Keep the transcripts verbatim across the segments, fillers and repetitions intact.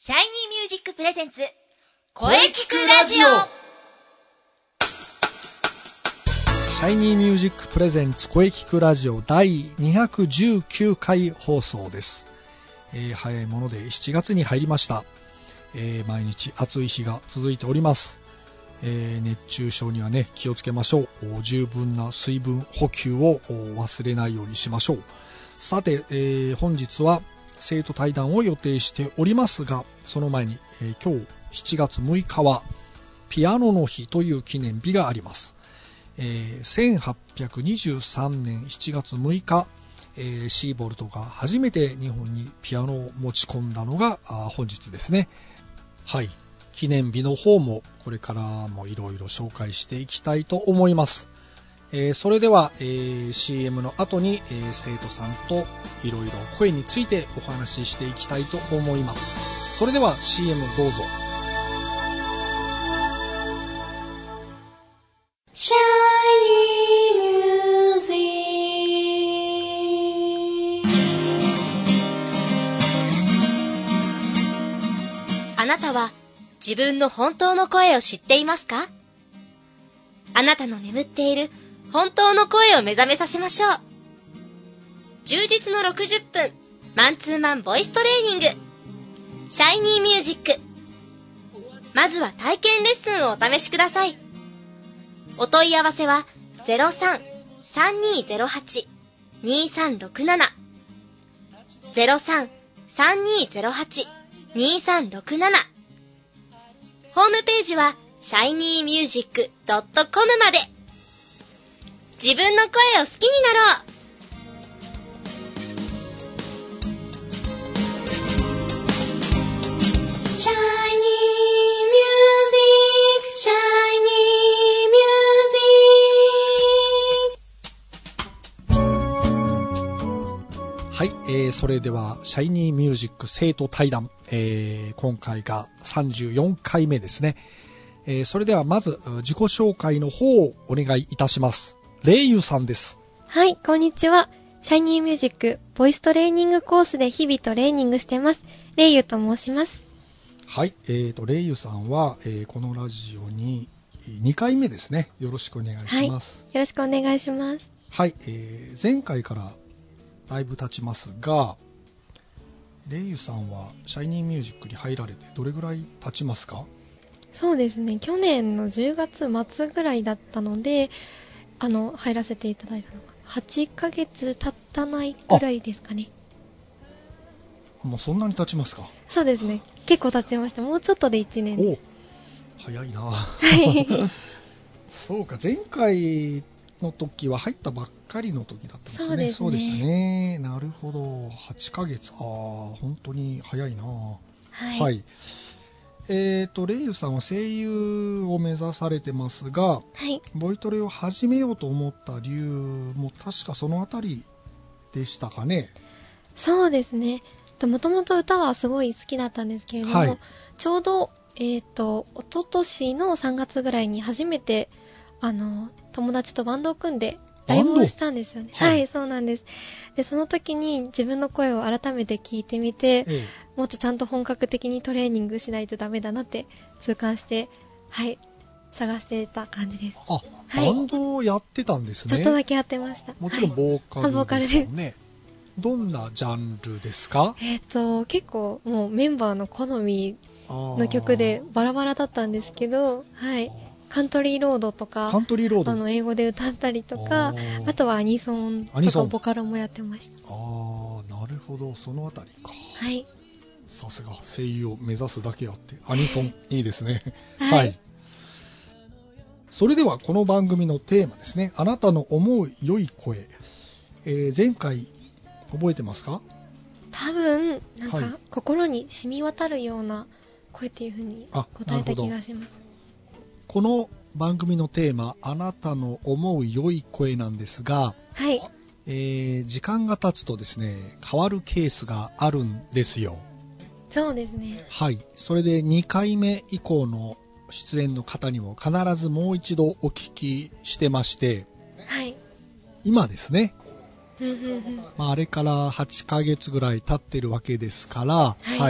シャイニーミュージックプレゼンツ声聞くラジオ。 シャイニーミュージックプレゼンツ声聞くラジオだいにひゃくじゅうきゅうかい放送です。えー、早いものでしちがつに入りました。えー、毎日暑い日が続いております。えー、熱中症にはね気をつけましょう。十分な水分補給を忘れないようにしましょう。さて、えー、本日は生徒対談を予定しておりますが、その前に、えー、今日しちがつむいかはピアノの日という記念日があります。えー、せんはっぴゃくにじゅうさんねんしちがつむいか、えー、シーボルトが初めて日本にピアノを持ち込んだのが本日ですね。はい、記念日の方もこれからもいろいろ紹介していきたいと思います。えー、それでは、えー、シーエム の後に、えー、生徒さんといろいろ声についてお話ししていきたいと思います。それでは シーエム どうぞ。 シャイニーミュージック。あなたは自分の本当の声を知っていますか？あなたの眠っている本当の声を目覚めさせましょう。充実のろくじゅっぷんマンツーマンボイストレーニング、シャイニーミュージック。まずは体験レッスンをお試しください。お問い合わせは ゼロさん さんにーゼロはち にーさんろくなな ゼロさん さんにーゼロはち にーさんろくなな。ホームページは シャイニーミュージックドットコム まで。自分の声を好きになろう。シャイニーミュージック、シャイニーミュージック。 はい、えー、それではシャイニーミュージック生徒対談、えー、今回がさんじゅうよんかいめですね。えー、それではまず自己紹介の方をお願いいたします。レイユさんです。 はい、こんにちは。シャイニーミュージックボイストレーニングコースで日々トレーニングしてます。レイユと申します。 はい、えーとレイユさんは、えー、このラジオににかいめですね。よろしくお願いします。 はい、よろしくお願いします。 はい、えー、前回からだいぶ経ちますが、レイユさんはシャイニーミュージックに入られてどれぐらい経ちますか？ そうですね、去年のじゅうがつまつぐらいだったので、あの入らせていただいたのがはちかげつ経ったないぐらいですかね。 もうそんなに経ちますか？ そうですね、結構経ちました。もうちょっとでいちねんです。 お、早いな。 はいそうか、前回の時は入ったばっかりの時だったんですね。 そうですね。 そうでしたね。なるほど、はちかげつ、ああ本当に早いな。 はい、 はい。えーとレイユさんは声優を目指されてますが、 はい、 ボイトレを始めようと思った理由も確かそのあたりでしたかね。 そうですね、もともと歌はすごい好きだったんですけれども、はい、ちょうど、えーと、一昨年のさんがつぐらいに初めてあの友達とバンドを組んでライブをしたんですよね。はい、はい、そうなんです。で、その時に自分の声を改めて聞いてみて、ええ、もっとちゃんと本格的にトレーニングしないとダメだなって痛感して、はい、探してた感じです。 あ、はい、バンドをやってたんですね。 ちょっとだけやってました。 もちろんボーカルですよね。はい、ボーカルです。どんなジャンルですか？ えっと、結構もうメンバーの好みの曲でバラバラだったんですけど、はい。カントリーロードとか、 カントリーロード、 あの英語で歌ったりとか、 あ, あとはアニソンとかボカロもやってました。 ああ、なるほど、そのあたりか。 はい。 さすが声優を目指すだけあってアニソンいいですね。 はい、はい。 それではこの番組のテーマですね。あなたの思う良い声、えー、前回覚えてますか？ 多分なんか、はい、心に染み渡るような声っていう風に答えた気がします。 この番組のテーマ、あなたの思う良い声なんですが、 はい、 えー、時間が経つとですね、変わるケースがあるんですよ。 そうですね。 はい。それでにかいめ以降の出演の方にも必ずもう一度お聞きしてまして、 はい。 今ですね、 うんうんうん、 まあ、あれからはちかげつぐらい経ってるわけですから、 はい、はい、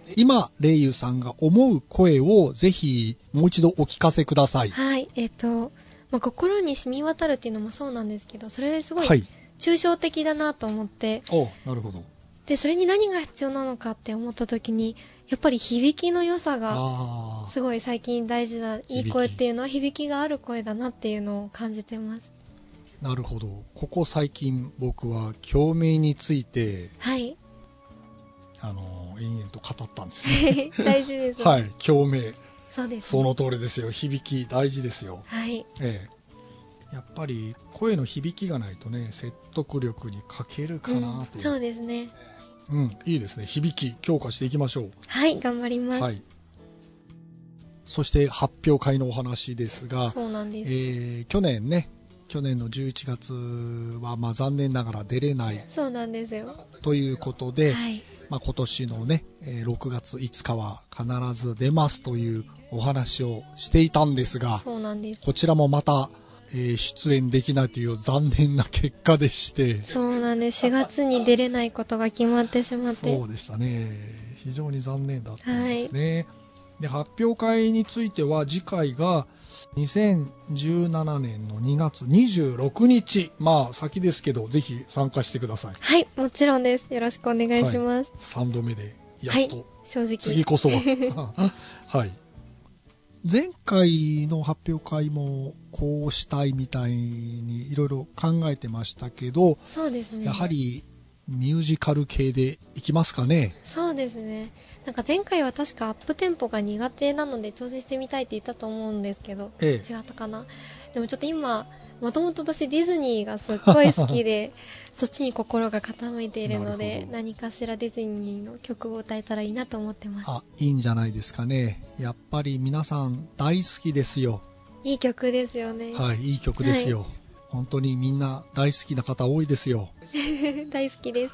今レイユさんが思う声をぜひもう一度お聞かせください。 はい、えっと、まあ、心に染み渡るっていうのもそうなんですけど、それすごいはい。 抽象的だなと思って、 お、なるほど。 でそれに何が必要なのかって思った時に、やっぱり響きの良さがあすごい最近大事な、いい声っていうのは響きがある声だなっていうのを感じてます。 ー、なるほど。ここ最近僕は共鳴についてはいあの延々と語ったんですね。 大事です、ね、 はい、共鳴。 そうです、ね、 その通りですよ。響き大事ですよ。 はい、 ええ、やっぱり声の響きがないとね、説得力に欠けるかなという、 うん、そうですね。 うん、いいですね。響き強化していきましょう。 はい、頑張ります。 はい。そして発表会のお話ですが、 そうなんです。 えー、去年ね、去年のじゅういちがつはまあ残念ながら出れないそうなんですよということで、 はい、 まあ、今年のねろくがついつかは必ず出ますというお話をしていたんですが、 そうなんです。 こちらもまた、えー、出演できないという残念な結果でして、 そうなんです。しがつに出れないことが決まってしまって、 そうでしたね。非常に残念だったんですね。はい、で発表会については次回がにせんじゅうななねんのにがつにじゅうろくにち、まあ先ですけどぜひ参加してください。 はい、もちろんです。よろしくお願いします。はい、 さんどめでやっと、はい、 正直次こそははい。前回の発表会もこうしたいみたいにいろいろ考えてましたけど、 そうですね、 やはりミュージカル系でいきますかね。 そうですね。なんか前回は確かアップテンポが苦手なので挑戦してみたいって言ったと思うんですけど、ええ、違ったかな。でもちょっと今もともと私ディズニーがすっごい好きでそっちに心が傾いているので、何かしらディズニーの曲を歌えたらいいなと思ってます。 あ、いいんじゃないですかね。やっぱり皆さん大好きですよ。 いい曲ですよね。 はい、いい曲ですよ。はい、本当にみんな大好きな方多いですよ。 大好きです。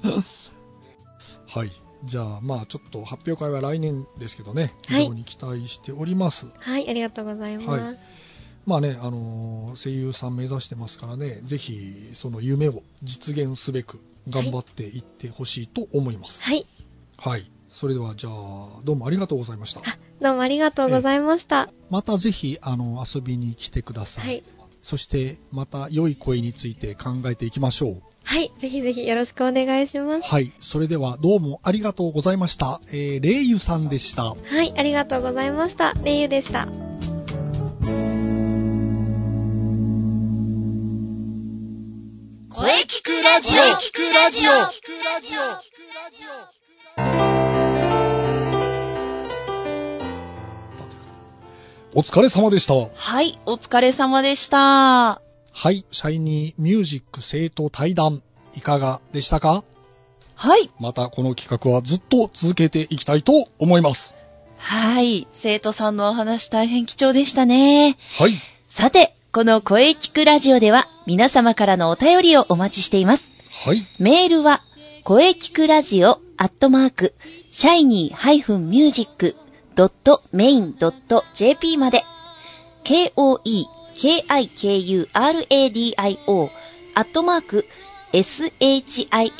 はい。じゃあまあちょっと発表会は来年ですけどね、非常に期待しております。 はい、はい、ありがとうございます。はい、 まあね、あのー、声優さん目指してますからね、ぜひその夢を実現すべく頑張っていってほしいと思います。 はい。 はい。それではじゃあどうもありがとうございました。 どうもありがとうございました。 またぜひあの遊びに来てください。はい。そしてまた良い声について考えていきましょう。 はい、ぜひぜひよろしくお願いします。 はい、それではどうもありがとうございました。えー、レイユさんでした。 はい、ありがとうございました。レイユでした。 声聞くラジオ、聞くラジオ、聞くラジオ、聞くラジオ。お疲れ様でした。 はい、お疲れ様でした。 はい、シャイニーミュージック生徒対談いかがでしたか？ はい。 またこの企画はずっと続けていきたいと思います。 はい、生徒さんのお話大変貴重でしたね。 はい。 さて、この声聞くラジオでは皆様からのお便りをお待ちしています。 はい。 メールは声聞くラジオアットマークシャイニーミュージックドットメインドットジェーピー まで ケーオーイーケーアイケーユーアールエーディーアイオー アットマーク シャイニー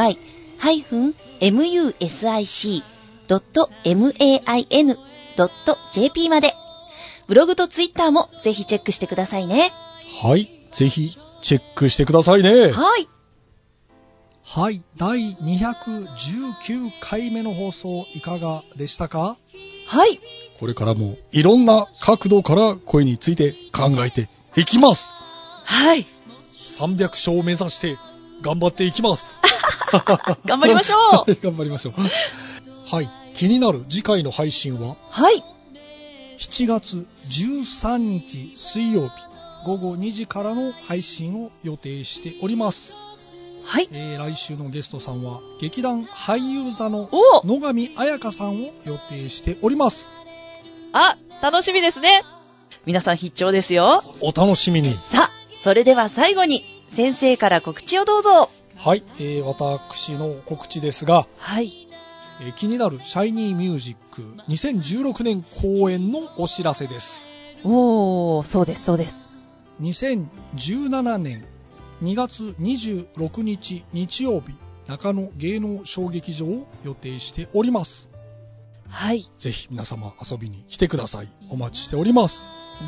ミュージック ドットメイン ドット ジェーピー まで。ブログとツイッターもぜひチェックしてくださいね。 はい、ぜひチェックしてくださいね。 はい。 はい、だいにひゃくじゅうきゅうかいめの放送いかがでしたか？ はい。 これからもいろんな角度から声について考えていきます。 はい。 さんびゃくしょうを目指して頑張っていきます。 頑張りましょう。 頑張りましょう。はい、気になる次回の配信は、 はい。 しちがつじゅうさんにち水曜日ごごにじからの配信を予定しております。 はい、 えー、来週のゲストさんは劇団俳優座の野上彩香さんを予定しております。 あ、楽しみですね。皆さん必聴ですよ。 お楽しみに。 さあ、それでは最後に先生から告知をどうぞ。 はい、えー、私の告知ですが、 はい、 えー、気になるシャイニーミュージックにせんじゅうろくねん公演のお知らせです。 おー、そうですそうです。 にせんじゅうななねんにがつにじゅうろくにち日曜日、中野芸能小劇場を予定しております。 はい。 ぜひ皆様遊びに来てください。お待ちしております。 うん、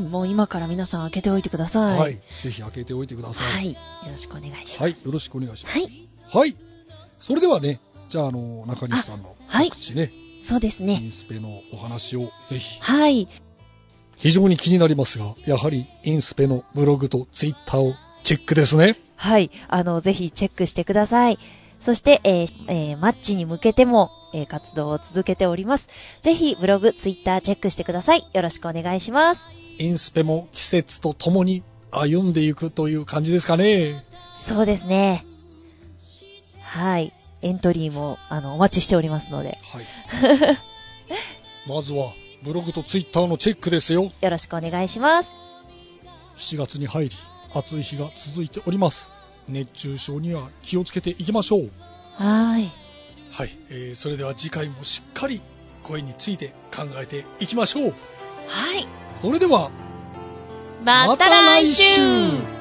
もう今から皆さん開けておいてください。 はい。ぜひ開けておいてください。 はい。よろしくお願いします。 はい。よろしくお願いします。 はい。 はい。それではね、じゃあ、あの、中西さんの告知ね。はい、 そうですね。 インスペのお話をぜひ。 はい。 非常に気になりますが、やはりインスペのブログとツイッターをチェックですね。 はい。あの、ぜひチェックしてください。そして、えーえー、マッチに向けても、えー、活動を続けております。ぜひブログ、ツイッターチェックしてください。よろしくお願いします。 インスペも季節とともに歩んでいくという感じですかね。 そうですね。はい。エントリーもあのお待ちしておりますので。 はい。まずはブログとツイッターのチェックですよ。 よろしくお願いします。 しちがつに入り暑い日が続いております。熱中症には気をつけていきましょう。 はい。 はい、えー、それでは次回もしっかり声について考えていきましょう。 はい。 それではまた来週。